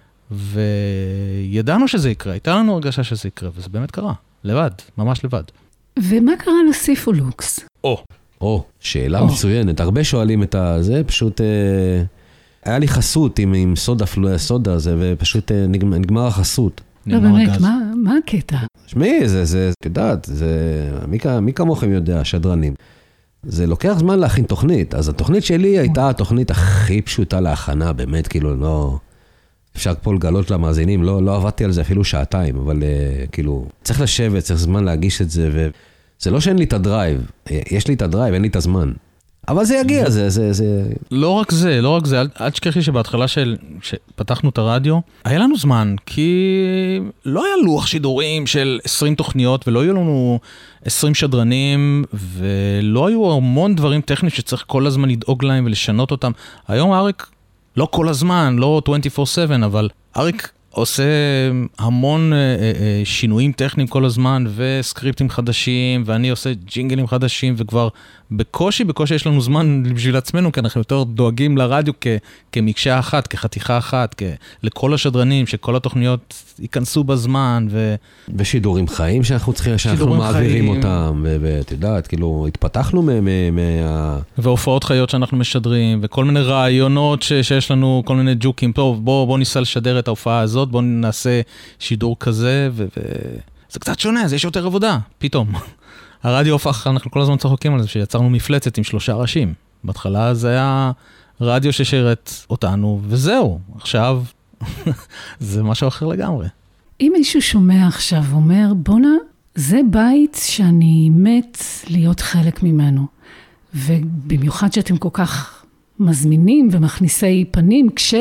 Speaker 5: וידענו שזה יקרה, הייתה לנו הרגשה שזה יקרה, וזה באמת קרה, לבד, ממש לבד.
Speaker 4: ומה קרה לסיפולוקס?
Speaker 5: או.
Speaker 6: או, שאלה מצוינת, הרבה שואלים את זה, פשוט, אה, היה לי חסות עם, עם סודה, פלויה סודה הזה, ופשוט אה, נגמר, נגמר החסות.
Speaker 4: לא באמת, מה, מה הקטע?
Speaker 6: שמי, זה, זה, את יודעת, זה, מי, מי כמוכם יודע, שדרנים. זה לוקח זמן להכין תוכנית, אז התוכנית שלי הייתה התוכנית הכי פשוטה להכנה, באמת, כאילו, לא... אפשר פה לגלות למאזינים, לא, לא עבדתי על זה אפילו שעתיים, אבל uh, כאילו, צריך לשבת, צריך זמן להגיש את זה, וזה לא שאין לי את הדרייב, יש לי את הדרייב, אין לי את הזמן. אבל זה יגיע, זה, זה, זה...
Speaker 5: לא רק זה, לא רק זה, אל, אל תשכחי שבהתחלה של, שפתחנו את הרדיו, היה לנו זמן, כי לא היה לוח שידורים של עשרים תוכניות, ולא היו לנו עשרים שדרנים, ולא היו המון דברים טכניים שצריך כל הזמן לדאוג להם ולשנות אותם. היום אריק... לא כל הזמן, לא עשרים וארבע שבע, אבל אריק עושה המון אה, אה, שינויים טכניים כל הזמן, וסקריפטים חדשים, ואני עושה ג'ינגלים חדשים, וכבר בקושי, בקושי יש לנו זמן בשביל עצמנו, כי אנחנו יותר דואגים לרדיו כ, כמקשה אחת, כחתיכה אחת, כ, לכל השדרנים, שכל התוכניות ייכנסו בזמן. ו...
Speaker 6: ושידורים חיים שאנחנו צריכים, שאנחנו מעבירים חיים. אותם, ואת יודעת, כאילו, התפתחנו מה... מה...
Speaker 5: והופעות חיות שאנחנו משדרים, וכל מיני רעיונות ש, שיש לנו, כל מיני ג'וקים, טוב, בוא, בוא ניסה לשדר את ההופעה הזאת, בוא נעשה שידור כזה, ו... ו... זה קצת שונה, זה יש יותר עבודה, פתאום. הרדיו הפך, אנחנו כל הזמן צוחקים על זה, שיצרנו מפלצת עם שלושה ראשים. בהתחלה זה היה רדיו ששירת אותנו, וזהו. עכשיו, זה משהו אחר לגמרי.
Speaker 4: אם מישהו שומע עכשיו ואומר, בונה, זה בית שאני מת להיות חלק ממנו. ובמיוחד שאתם כל כך מזמינים ומכניסי פנים, כש,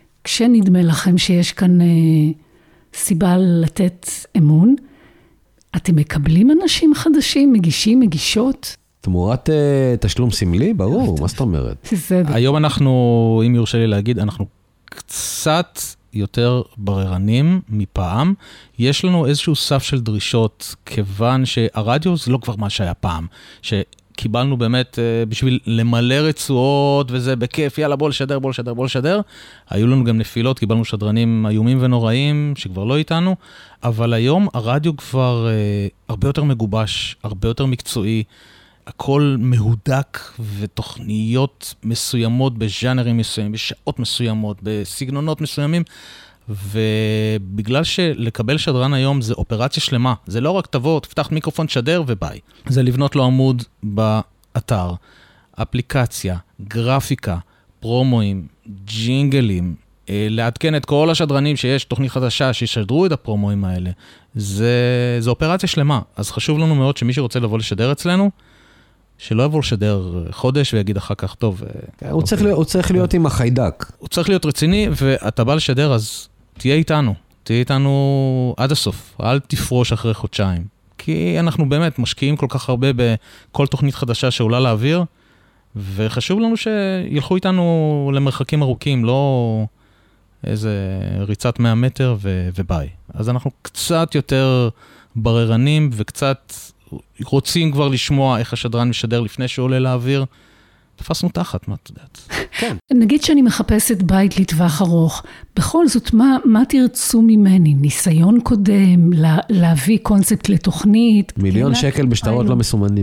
Speaker 4: כשנדמה לכם שיש כאן אה, סיבה לתת אמון, אתם מקבלים אנשים חדשים, מגישים, מגישות?
Speaker 6: תמורת uh, תשלום סמלי? ברור, מה זאת אומרת?
Speaker 4: בסדר.
Speaker 5: היום אנחנו, אם יורשה לי להגיד, אנחנו קצת יותר בררנים מפעם. יש לנו איזשהו סף של דרישות, כיוון שהרדיו זה לא כבר מה שהיה פעם, שקיבלנו באמת בשביל למלא רצועות וזה בכיף, יאללה בוא לשדר, בוא לשדר, בוא לשדר. היו לנו גם נפילות, קיבלנו שדרנים איומים ונוראים שכבר לא איתנו, אבל היום הרדיו כבר הרבה יותר מגובש, הרבה יותר מקצועי, הכל מהודק ותוכניות מסוימות בז'אנרים מסוימים, בשעות מסוימות, בסגנונות מסוימים, ובגלל שלקבל שדרן היום זה אופרציה שלמה, זה לא רק תבוא, תפתח מיקרופון, שדר וביי. זה לבנות לו עמוד באתר, אפליקציה, גרפיקה, פרומואים, ג'ינגלים, לעדכן את כל השדרנים שיש תוכנית חדשה שישדרו את הפרומואים האלה. זה, זה אופרציה שלמה, אז חשוב לנו מאוד שמי שרוצה לבוא לשדר אצלנו, שלא יבוא לשדר חודש ויגיד אחר כך, טוב.
Speaker 6: הוא צריך להיות, הוא צריך להיות עם החיידק.
Speaker 5: הוא צריך להיות רציני, ואתה בא לשדר, אז תהיה איתנו. תהיה איתנו עד הסוף. אל תפרוש אחרי חודשיים. כי אנחנו באמת משקיעים כל כך הרבה בכל תוכנית חדשה שעולה לאוויר, וחשוב לנו שילכו איתנו למרחקים ארוכים, לא איזה ריצת מאה מטר ו- וביי. אז אנחנו קצת יותר בררנים וקצת רוצים כבר לשמוע איך השדרן משדר לפני שהוא עולה לאוויר. תפסנו תחת, מה את יודעת?
Speaker 6: כן.
Speaker 4: נגיד שאני מחפשת בית לטווח ארוך, בכל זאת, מה, מה תרצו ממני? ניסיון קודם, לה, להביא קונספט לתוכנית?
Speaker 6: מיליון שקל בשטרות לא מסומנים.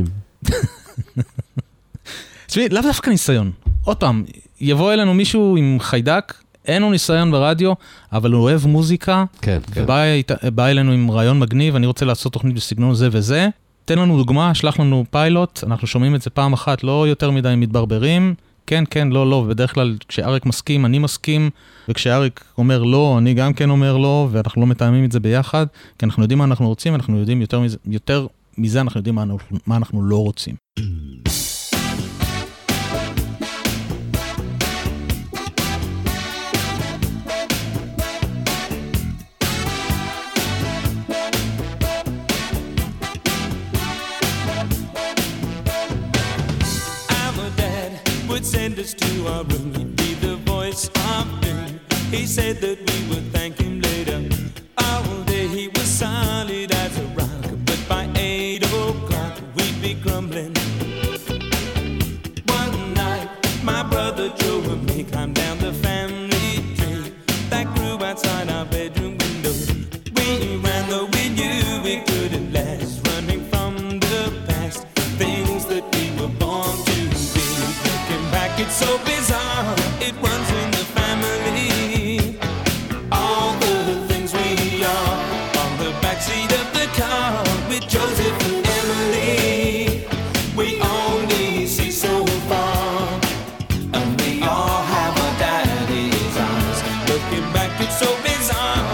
Speaker 5: תשמעי, לאו דווקא ניסיון. עוד פעם, יבוא אלינו מישהו עם חיידק, אין לו ניסיון ברדיו, אבל הוא אוהב מוזיקה,
Speaker 6: כן,
Speaker 5: ובא כן. אלינו עם רעיון מגניב, אני רוצה לעשות תוכנית בסגנון זה וזה, תן לנו דוגמה, שלח לנו פיילוט, אנחנו שומעים את זה פעם אחת, לא יותר מדי מתברברים, כן, כן, לא, לא, ובדרך כלל כשאריק מסכים, אני מסכים, וכשאריק אומר לא, אני גם כן אומר לא, ואנחנו לא מתאמים את זה ביחד, כי אנחנו יודעים מה אנחנו רוצים, אנחנו יודעים יותר מזה, יותר מזה אנחנו יודעים מה אנחנו, מה אנחנו לא רוצים.
Speaker 7: Send us to our room, he'd be the voice of doom. He said that we would thank him later. All day he was solid as a rock, but by eight o'clock we'd be grumbling. One night my brother Joe and me climbed down the family tree that grew outside our bedroom window. We ran though we knew we couldn't last, running from the past, things that we were born to be. Looking back, it's so bizarre, it runs in the family. All the things we are on the backseat of the car with Joseph and Emily. We only see so far, and we all have our daddy's eyes. Looking back, it's so bizarre.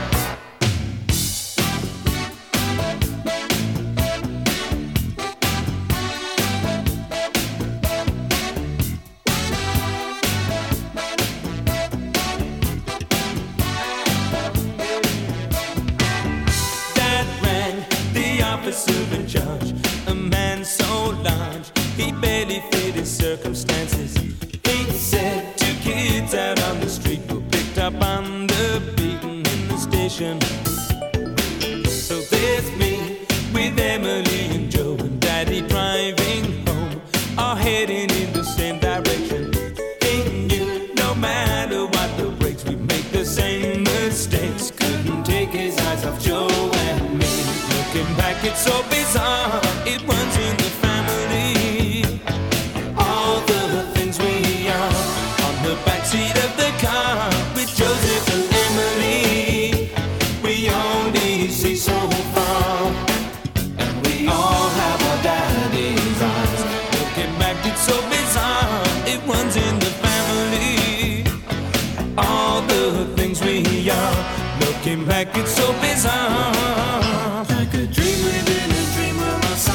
Speaker 7: Officer in charge, a man so large, he barely fit his circumstances. He said two kids out on the street were picked up on the beaten in the station. So there's me with Emily and Joe and Daddy driving home, all heading in the same direction. He knew no matter what the brakes, we make the same mistakes. Couldn't take his eyes off Joe and me. Looking back, it's so bizarre, it runs in the family. All the things we are on the backseat of the car with Joseph and Emily. We only see so far, and we all have our daddy's eyes. Looking back, it's so bizarre, it runs in the family. All the things we are, looking back, it's so bizarre. Like a dream within a dream of us.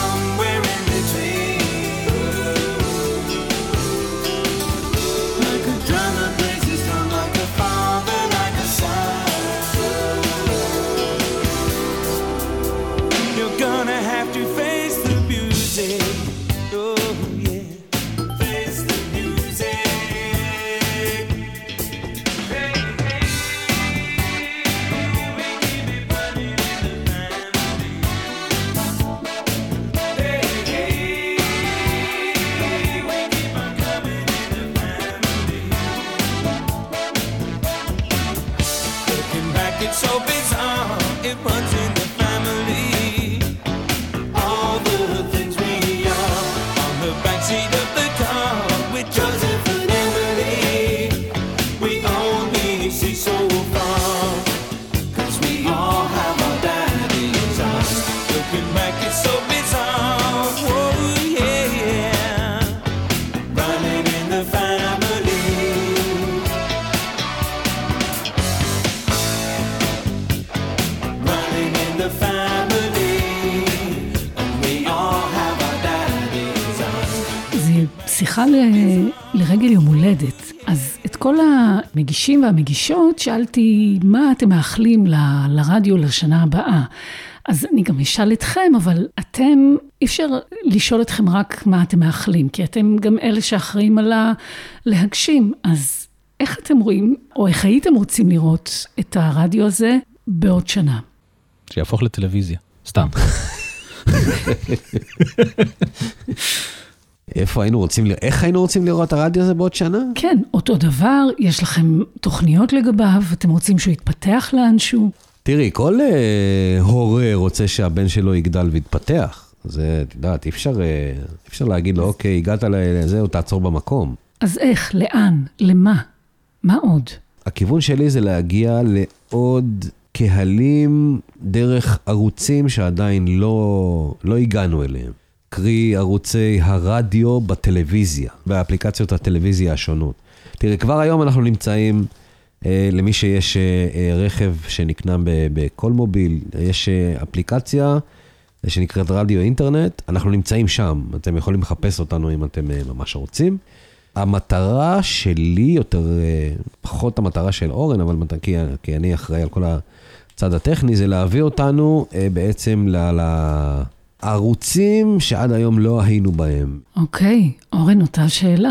Speaker 4: שיחה ל... לרגל יום הולדת. אז את כל המגישים והמגישות שאלתי מה אתם מאחלים ל... לרדיו לשנה הבאה. אז אני גם אשאל אתכם, אבל אתם, אי אפשר לשאול אתכם רק מה אתם מאחלים, כי אתם גם אלה שאחראים על להגשים. אז איך אתם רואים, או איך הייתם רוצים לראות את הרדיו הזה בעוד שנה?
Speaker 5: שיהפוך לטלוויזיה, סתם.
Speaker 6: איפה היינו רוצים, איך היינו רוצים לראות הרדיו הזה בעוד שנה?
Speaker 4: כן, אותו דבר, יש לכם תוכניות לגביו, אתם רוצים שהוא יתפתח לאנשהו?
Speaker 6: תראי, כל אה, הורה רוצה שהבן שלו יגדל ויתפתח. זה, את יודעת, אי אפשר, אה, אי אפשר להגיד לו, אוקיי, הגעת לזה, הוא תעצור במקום.
Speaker 4: אז איך, לאן, למה, מה עוד?
Speaker 6: הכיוון שלי זה להגיע לעוד קהלים דרך ערוצים שעדיין לא, לא הגענו אליהם. קרי ערוצי הרדיו בטלוויזיה, באפליקציות הטלוויזיה השונות. תראי, כבר היום אנחנו נמצאים, אה, למי שיש אה, רכב שנקנה בכל מוביל, יש אה, אפליקציה שנקראת רדיו אינטרנט, אנחנו נמצאים שם, אתם יכולים לחפש אותנו אם אתם אה, ממש רוצים. המטרה שלי, יותר, אה, פחות המטרה של אורן, אבל כי, כי אני אחראי על כל הצד הטכני, זה להביא אותנו אה, בעצם ל... ל ערוצים שעד היום לא היינו בהם.
Speaker 4: אוקיי, אורן, אותה שאלה.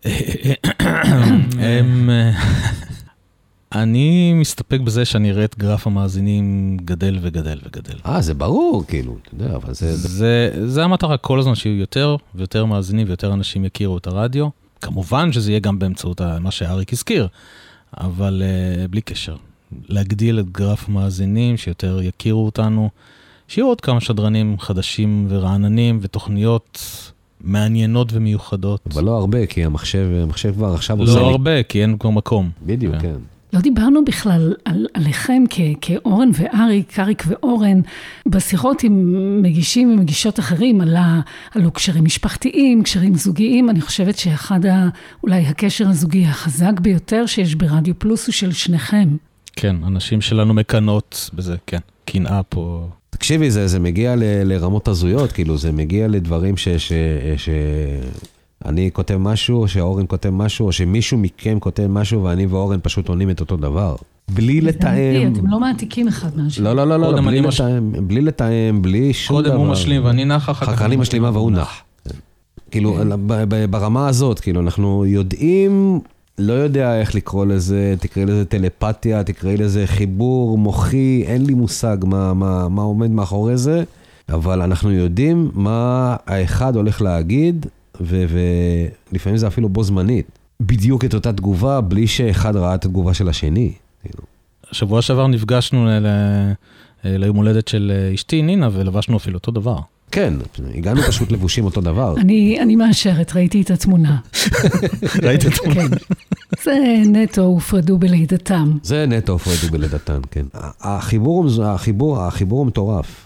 Speaker 5: אני מסתפק בזה שאני אראה את גרף המאזינים גדל וגדל וגדל.
Speaker 6: אה, זה ברור, כאילו, אתה יודע, אבל זה...
Speaker 5: זה, זה המטרה כל הזמן, שיהיו יותר ויותר מאזינים ויותר אנשים יכירו את הרדיו. כמובן שזה יהיה גם באמצעות מה שאריק הזכיר, אבל uh, בלי קשר. להגדיל את גרף המאזינים, שיותר יכירו אותנו, שיהיו עוד כמה שדרנים חדשים ורעננים ותוכניות מעניינות ומיוחדות.
Speaker 6: אבל לא הרבה, כי המחשב, המחשב כבר עכשיו...
Speaker 5: לא הרבה, כי אין כבר מקום.
Speaker 6: בדיוק, כן.
Speaker 4: לא דיברנו בכלל על, עליכם כ, כאורן ואריק, אריק ואורן, בשיחות עם מגישים ומגישות אחרים, על, ה, על קשרים משפחתיים, קשרים זוגיים. אני חושבת שאחד ה, אולי הקשר הזוגי החזק ביותר שיש ברדיו פלוס הוא של שניכם. כן,
Speaker 5: אנשים שלנו מקנות בזה, כן. קנאה פה...
Speaker 6: תקשיבי, זה, זה מגיע ל, לרמות הזויות, כאילו, זה מגיע לדברים ש, ש, ש, אני כותב משהו, או שאורן כותב משהו, או שמישהו מכם כותב משהו, ואני ואורן פשוט עונים את אותו דבר. בלי לתאם...
Speaker 4: אתם לא מעתיקים אחד מהשני.
Speaker 6: לא, לא, לא, לא, בלי לתאם, בלי לתאם, בלי שום דבר.
Speaker 5: קודם הוא משלים ואני נח, אחר
Speaker 6: כך אני משלימה והוא נח. כאילו, ברמה הזאת, כאילו, אנחנו יודעים... לא יודע איך לקרוא לזה, תקראי לזה טלפתיה, תקראי לזה חיבור מוחי, אין לי מושג מה, מה, מה עומד מאחורי זה, אבל אנחנו יודעים מה האחד הולך להגיד, ו, ולפעמים זה אפילו בו זמנית. בדיוק את אותה תגובה, בלי שאחד ראה את התגובה של השני.
Speaker 5: שבוע שעבר נפגשנו ל... ליום הולדת של אשתי נינה, ולבשנו אפילו אותו דבר.
Speaker 6: כן, הגענו פשוט לבושים אותו דבר.
Speaker 4: אני, אני מאשרת, ראיתי את התמונה.
Speaker 5: ראיתי את התמונה.
Speaker 4: כן. זה נטו הופרדו בלידתם.
Speaker 6: זה נטו הופרדו בלידתם, כן. החיבור, החיבור, החיבור הוא מטורף.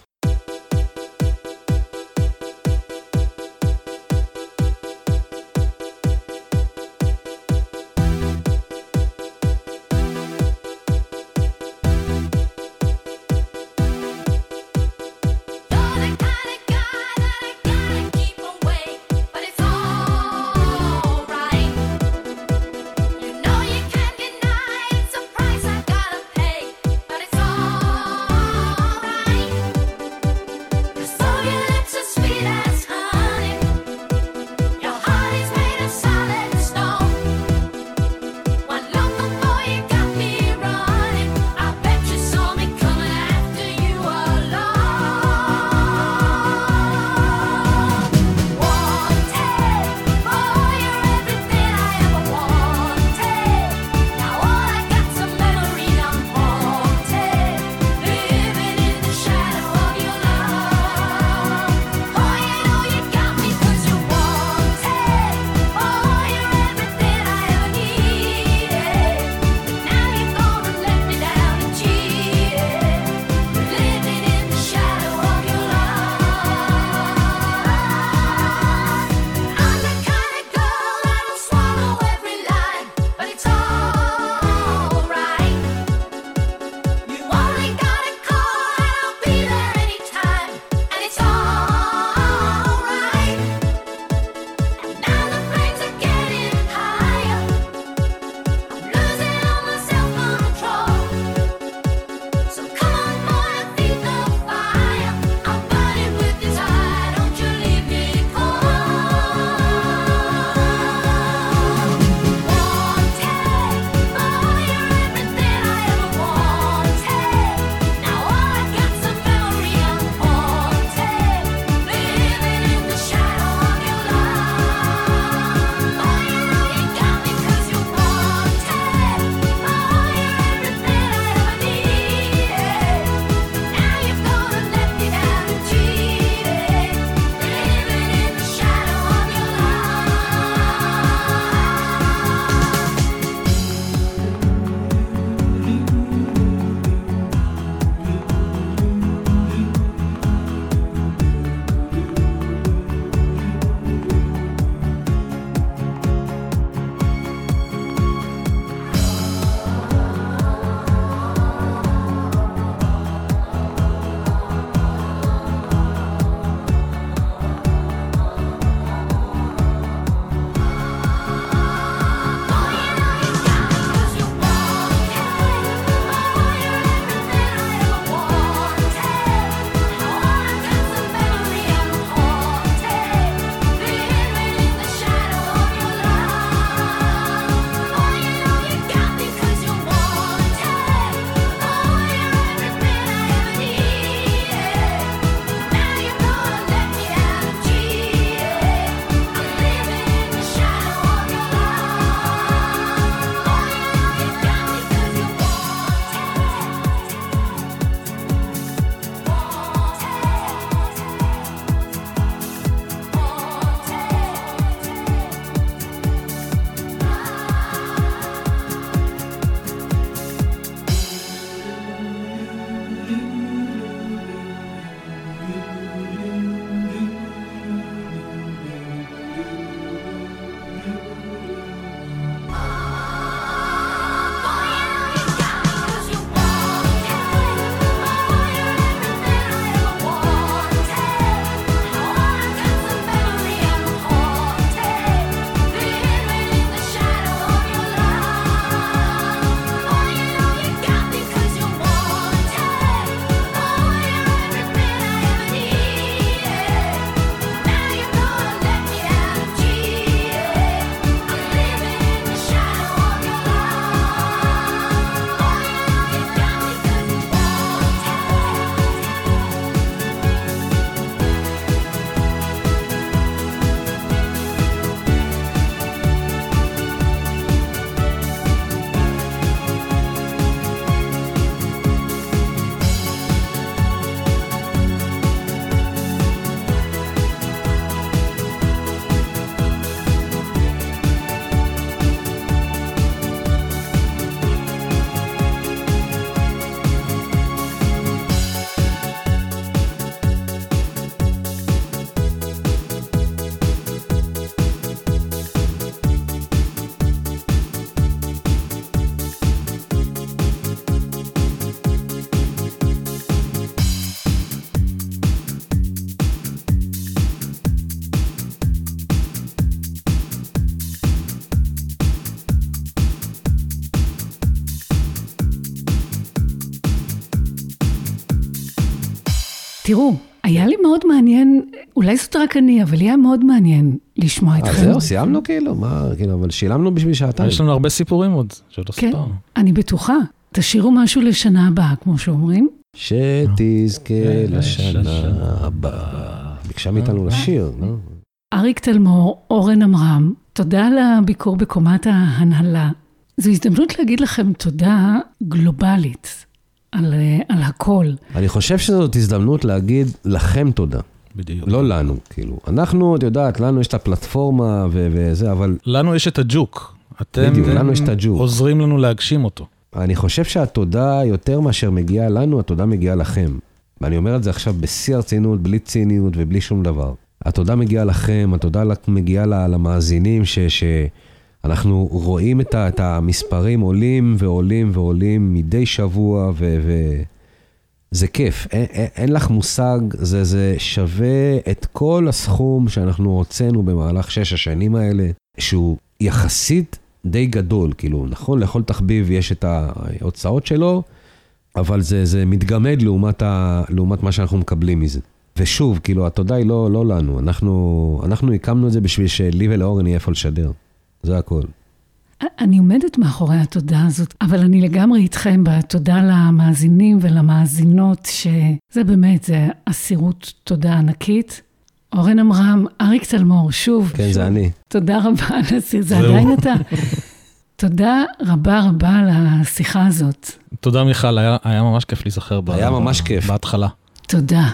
Speaker 4: תראו, היה לי מאוד מעניין, אולי זאת רק אני, אבל היה מאוד מעניין לשמוע אתכם.
Speaker 6: אז זהו, סיימנו כאילו, מה, כאילו, אבל שילמנו בשביל שעתיים.
Speaker 5: יש לנו הרבה סיפורים עוד, שעוד לא
Speaker 4: כן,
Speaker 5: סיפרנו.
Speaker 4: אני בטוחה. תשאירו משהו לשנה הבאה, כמו שאומרים.
Speaker 6: שתזכה לשנה הבאה. ביקשה מאיתנו לשיר, לא?
Speaker 4: אריק תלמור, אורן עמרם, תודה על הביקור בקומת ההנהלה. זו הזדמנות להגיד לכם תודה גלובלית על, על הכל.
Speaker 6: אני חושב שזאת הזדמנות להגיד לכם תודה.
Speaker 5: בדיוק.
Speaker 6: לא לנו, כאילו. אנחנו, את יודעת, לנו יש את הפלטפורמה ו- וזה, אבל...
Speaker 5: לנו יש את הג'וק. אתם
Speaker 6: בדיוק, לנו יש את הג'וק.
Speaker 5: עוזרים לנו להגשים אותו.
Speaker 6: אני חושב שהתודה יותר מאשר מגיעה לנו, התודה מגיעה לכם. ואני אומר את זה עכשיו בשיא הרצינות, בלי ציניות ובלי שום דבר. התודה מגיעה לכם, התודה מגיעה למאזינים ש... ש- אנחנו רואים את, ה- את המספרים עולים ועולים ועולים מדי שבוע ו... ו- זה כיף, אין, אין, אין לך מושג, זה, זה שווה את כל הסכום שאנחנו הוצאנו במהלך שש השנים האלה, שהוא יחסית די גדול, כאילו, נכון, לכל תחביב יש את ההוצאות שלו, אבל זה, זה מתגמד לעומת, ה, לעומת מה שאנחנו מקבלים מזה. ושוב, כאילו, התודה היא לא, לא לנו, אנחנו, אנחנו הקמנו את זה בשביל שלי ולאורן יהיה איפה לשדר, זה הכל.
Speaker 4: אני עומדת מאחורי התודה הזאת, אבל אני לגמרי איתכם בתודה למאזינים ולמאזינות, שזה באמת, זה אסירות תודה ענקית. אורן עמרם, אריק תלמור, שוב.
Speaker 6: כן,
Speaker 4: שוב.
Speaker 6: זה אני.
Speaker 4: תודה רבה על השיחה, זה עדיין אתה. תודה רבה רבה על השיחה הזאת.
Speaker 5: תודה מיכל, היה, היה ממש כיף להיזכר.
Speaker 6: היה ממש כיף.
Speaker 5: בהתחלה.
Speaker 4: תודה.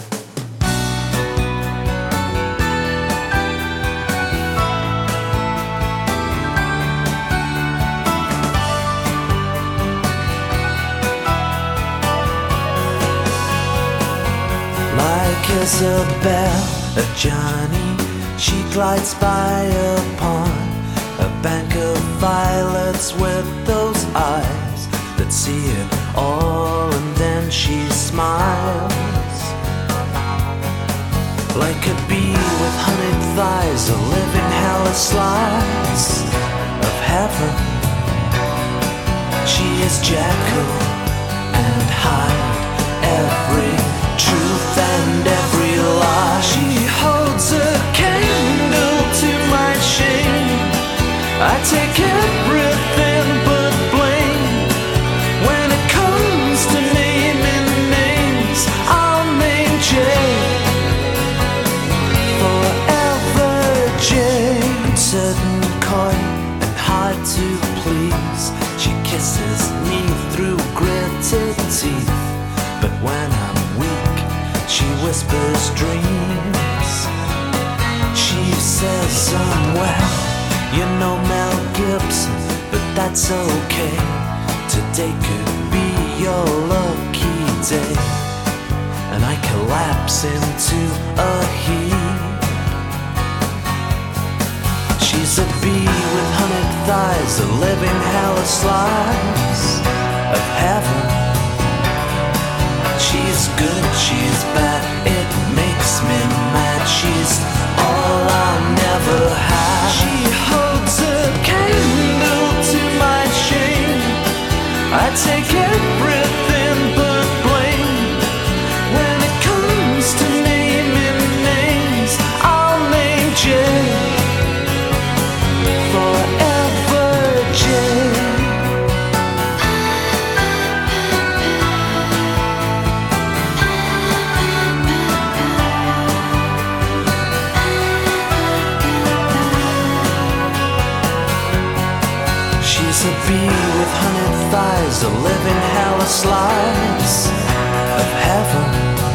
Speaker 7: Isabel, a Johnny, she glides by upon a bank of violets with those eyes that see it all, and then she smiles like a bee with honeyed thighs, a living hell a slice of heaven. She is Jekyll and Hyde, every truth and every lie. She holds a candle to my shame. I take everything but blame. When it comes to naming names, I'll name Jay. Forever Jay. Certain coy and hard to please, she kisses me through gritted teeth. But when I'm weak, she whispers dreams. She says somewhere, you know Mel Gibson, but that's okay. Today could be your lucky day. And I collapse into a heap. She's a bee with honeyed thighs, a living hell a slice of heaven. She's good, she's bad, it makes me mad. She's all I'll never have. She holds a candle to my shame. I take everything but blame. When it comes to naming names, I'll name Jay. Forever Jay. A bee with honeyed thighs, a living hell a slice of heaven.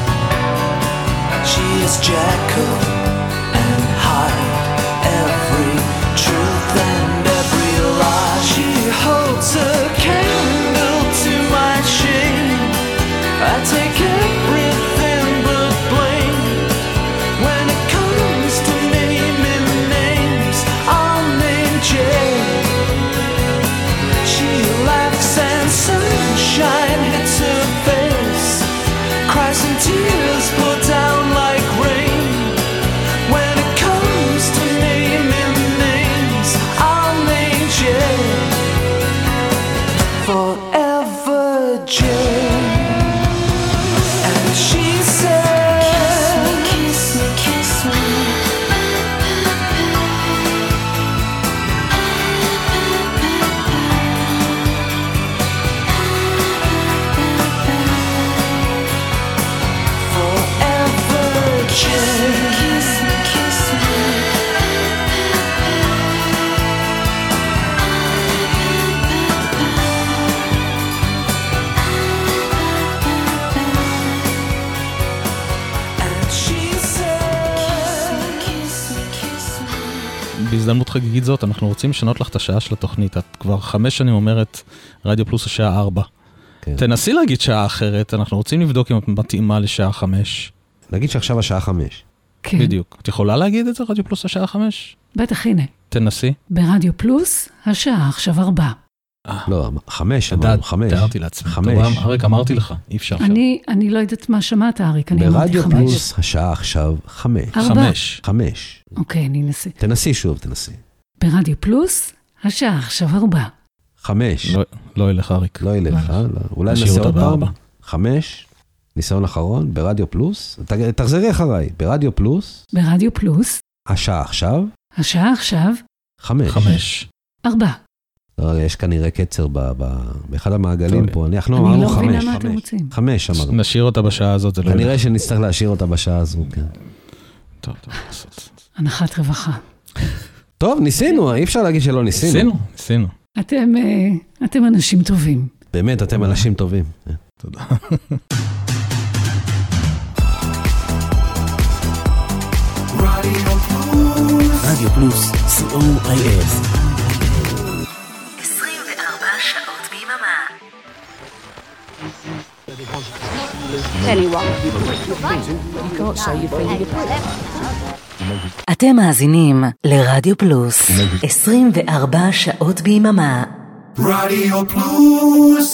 Speaker 7: She is Jekyll and Hyde, every truth and every lie. She holds a candle to my shame. I take everything but blame. When it comes to naming names, I'll name Jay. And sunshine hits her face, cries and tears pour down like rain.
Speaker 5: בהזדמנות חגיגית זאת, אנחנו רוצים לשנות לך את השעה של התוכנית. את כבר חמש שנים אומרת רדיו פלוס השעה ארבע. כן. תנסי להגיד שעה אחרת, אנחנו רוצים לבדוק אם את מתאימה לשעה חמש.
Speaker 6: נגיד שעכשיו השעה חמש.
Speaker 4: כן.
Speaker 5: בדיוק. את יכולה להגיד את זה, רדיו פלוס השעה חמש?
Speaker 4: בטח, הנה.
Speaker 5: תנסי.
Speaker 4: ברדיו פלוס, השעה עכשיו ארבע.
Speaker 6: לא, חמש, אמרנו, חמש.
Speaker 5: תיארתי לעצמי.
Speaker 6: חמש.
Speaker 5: אריק, אמרתי לך, אי אפשר.
Speaker 4: אני, אני לא יודעת מה שמעת, אריק, אני אמרתי חמש.
Speaker 6: ברדיו פלוס, השעה עכשיו חמש.
Speaker 4: ארבע.
Speaker 5: חמש.
Speaker 6: חמש.
Speaker 4: אוקיי, אני אנסה.
Speaker 6: תנסי שוב, תנסי.
Speaker 4: ברדיו פלוס, השעה עכשיו ארבע.
Speaker 6: חמש.
Speaker 5: לא, לא ילך, אריק.
Speaker 6: לא ילך, לא. אולי ננסה עוד פעם. חמש. ניסיון אחרון, ברדיו פלוס. תחזרי אחריי. ברדיו פלוס.
Speaker 4: ברדיו פלוס.
Speaker 6: השעה עכשיו.
Speaker 4: השעה עכשיו.
Speaker 6: חמש.
Speaker 5: חמש.
Speaker 4: ארבע.
Speaker 6: לא, יש כנראה קצר ב, ב, באחד המעגלים
Speaker 5: טוב.
Speaker 6: פה. אנחנו
Speaker 4: אני
Speaker 6: אמרנו
Speaker 4: לא
Speaker 6: חמש.
Speaker 4: מבינה מה אתם רוצים.
Speaker 6: חמש אמרנו.
Speaker 5: נשאיר אותה בשעה הזאת, זה לא ילך.
Speaker 6: כנראה שנצטרך להשאיר אותה בשעה הזו, כן.
Speaker 5: טוב, טוב, לעשות.
Speaker 4: הנחת רווחה.
Speaker 6: טוב, ניסינו, אי אפשר להגיד שלא ניסינו.
Speaker 5: ניסינו, ניסינו.
Speaker 4: אתם, אה, אתם אנשים טובים.
Speaker 6: באמת, אתם אנשים טובים.
Speaker 5: תודה.
Speaker 1: רדיו פלוס, סי או איי אס.
Speaker 2: עשרים וארבע שעות ביממה.
Speaker 3: אתם מאזינים לרדיו פלוס, עשרים וארבע שעות ביממה.
Speaker 7: רדיו פלוס